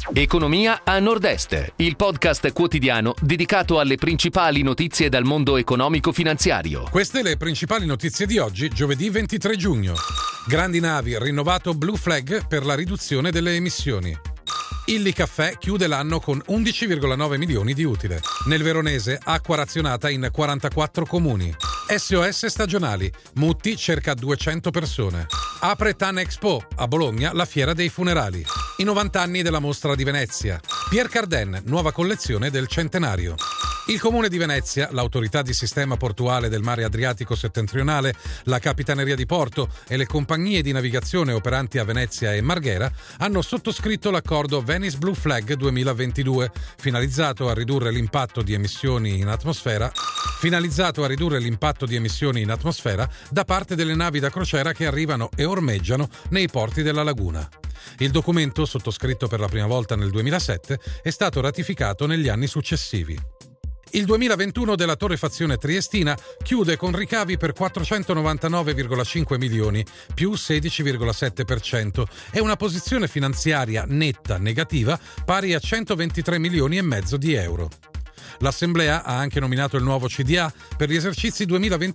Economia a Nord-Est, il podcast quotidiano dedicato alle principali notizie dal mondo economico-finanziario. Queste le principali notizie di oggi, giovedì 23 giugno. Grandi navi, rinnovato Blue Flag per la riduzione delle emissioni. Illy Caffè chiude l'anno con 11,9 milioni di utile. Nel Veronese, acqua razionata in 44 comuni. SOS stagionali, Mutti cerca 200 persone. Apre TAN Expo, a Bologna la fiera dei funerali. I 90 anni della mostra di Venezia. Pierre Cardin, nuova collezione del centenario. Il Comune di Venezia, l'autorità di sistema portuale del mare Adriatico settentrionale, la Capitaneria di Porto e le compagnie di navigazione operanti a Venezia e Marghera hanno sottoscritto l'accordo Venice Blue Flag 2022, finalizzato a ridurre l'impatto di emissioni in atmosfera da parte delle navi da crociera che arrivano e ormeggiano nei porti della laguna. Il documento, sottoscritto per la prima volta nel 2007, è stato ratificato negli anni successivi. Il 2021 della torrefazione triestina chiude con ricavi per 499,5 milioni, più 16,7%, e una posizione finanziaria netta negativa pari a 123 milioni e mezzo di euro. L'Assemblea ha anche nominato il nuovo CDA per gli esercizi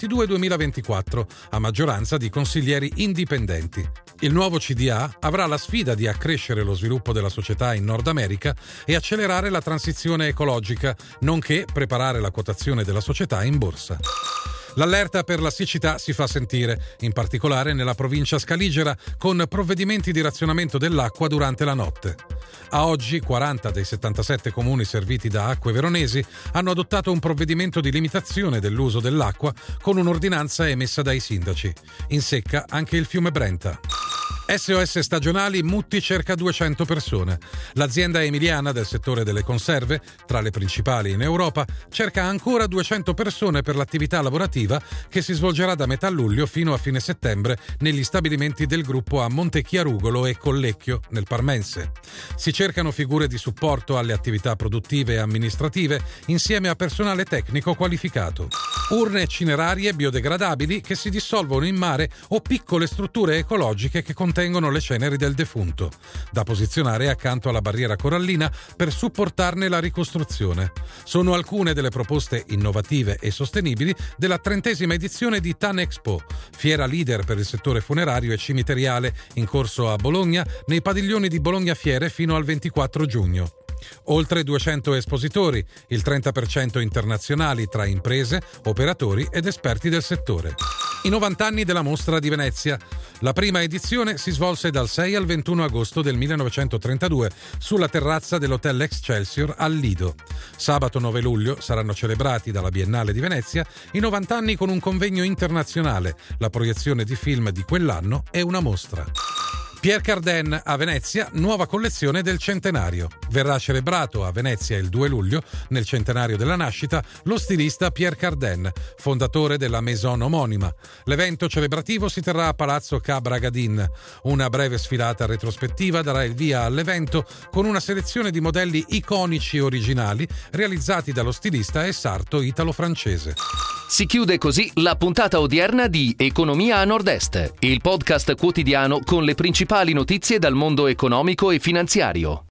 2022-2024, a maggioranza di consiglieri indipendenti. Il nuovo CDA avrà la sfida di accrescere lo sviluppo della società in Nord America e accelerare la transizione ecologica, nonché preparare la quotazione della società in borsa. L'allerta per la siccità si fa sentire, in particolare nella provincia scaligera, con provvedimenti di razionamento dell'acqua durante la notte. A oggi 40 dei 77 comuni serviti da acque veronesi hanno adottato un provvedimento di limitazione dell'uso dell'acqua con un'ordinanza emessa dai sindaci. In secca anche il fiume Brenta. SOS stagionali, Mutti cerca 200 persone. L'azienda emiliana del settore delle conserve, tra le principali in Europa, cerca ancora 200 persone per l'attività lavorativa che si svolgerà da metà luglio fino a fine settembre negli stabilimenti del gruppo a Montechiarugolo e Collecchio, nel Parmense. Si cercano figure di supporto alle attività produttive e amministrative insieme a personale tecnico qualificato. Urne cinerarie biodegradabili che si dissolvono in mare o piccole strutture ecologiche che contengono le ceneri del defunto, da posizionare accanto alla barriera corallina per supportarne la ricostruzione. Sono alcune delle proposte innovative e sostenibili della 30ª edizione di TAN Expo, fiera leader per il settore funerario e cimiteriale, in corso a Bologna nei padiglioni di Bologna Fiere fino al 24 giugno. Oltre 200 espositori, il 30% internazionali tra imprese, operatori ed esperti del settore. I 90 anni della mostra di Venezia. La prima edizione si svolse dal 6 al 21 agosto del 1932 sulla terrazza dell'Hotel Excelsior al Lido. Sabato 9 luglio saranno celebrati dalla Biennale di Venezia i 90 anni con un convegno internazionale, la proiezione di film di quell'anno e una mostra. Pierre Cardin a Venezia, nuova collezione del centenario. Verrà celebrato a Venezia il 2 luglio, nel centenario della nascita, lo stilista Pierre Cardin, fondatore della maison omonima. L'evento celebrativo si terrà a Palazzo Ca' Bragadin. Una breve sfilata retrospettiva darà il via all'evento con una selezione di modelli iconici originali realizzati dallo stilista e sarto italo-francese. Si chiude così la puntata odierna di Economia a Nord-Est, il podcast quotidiano con le principali notizie dal mondo economico e finanziario.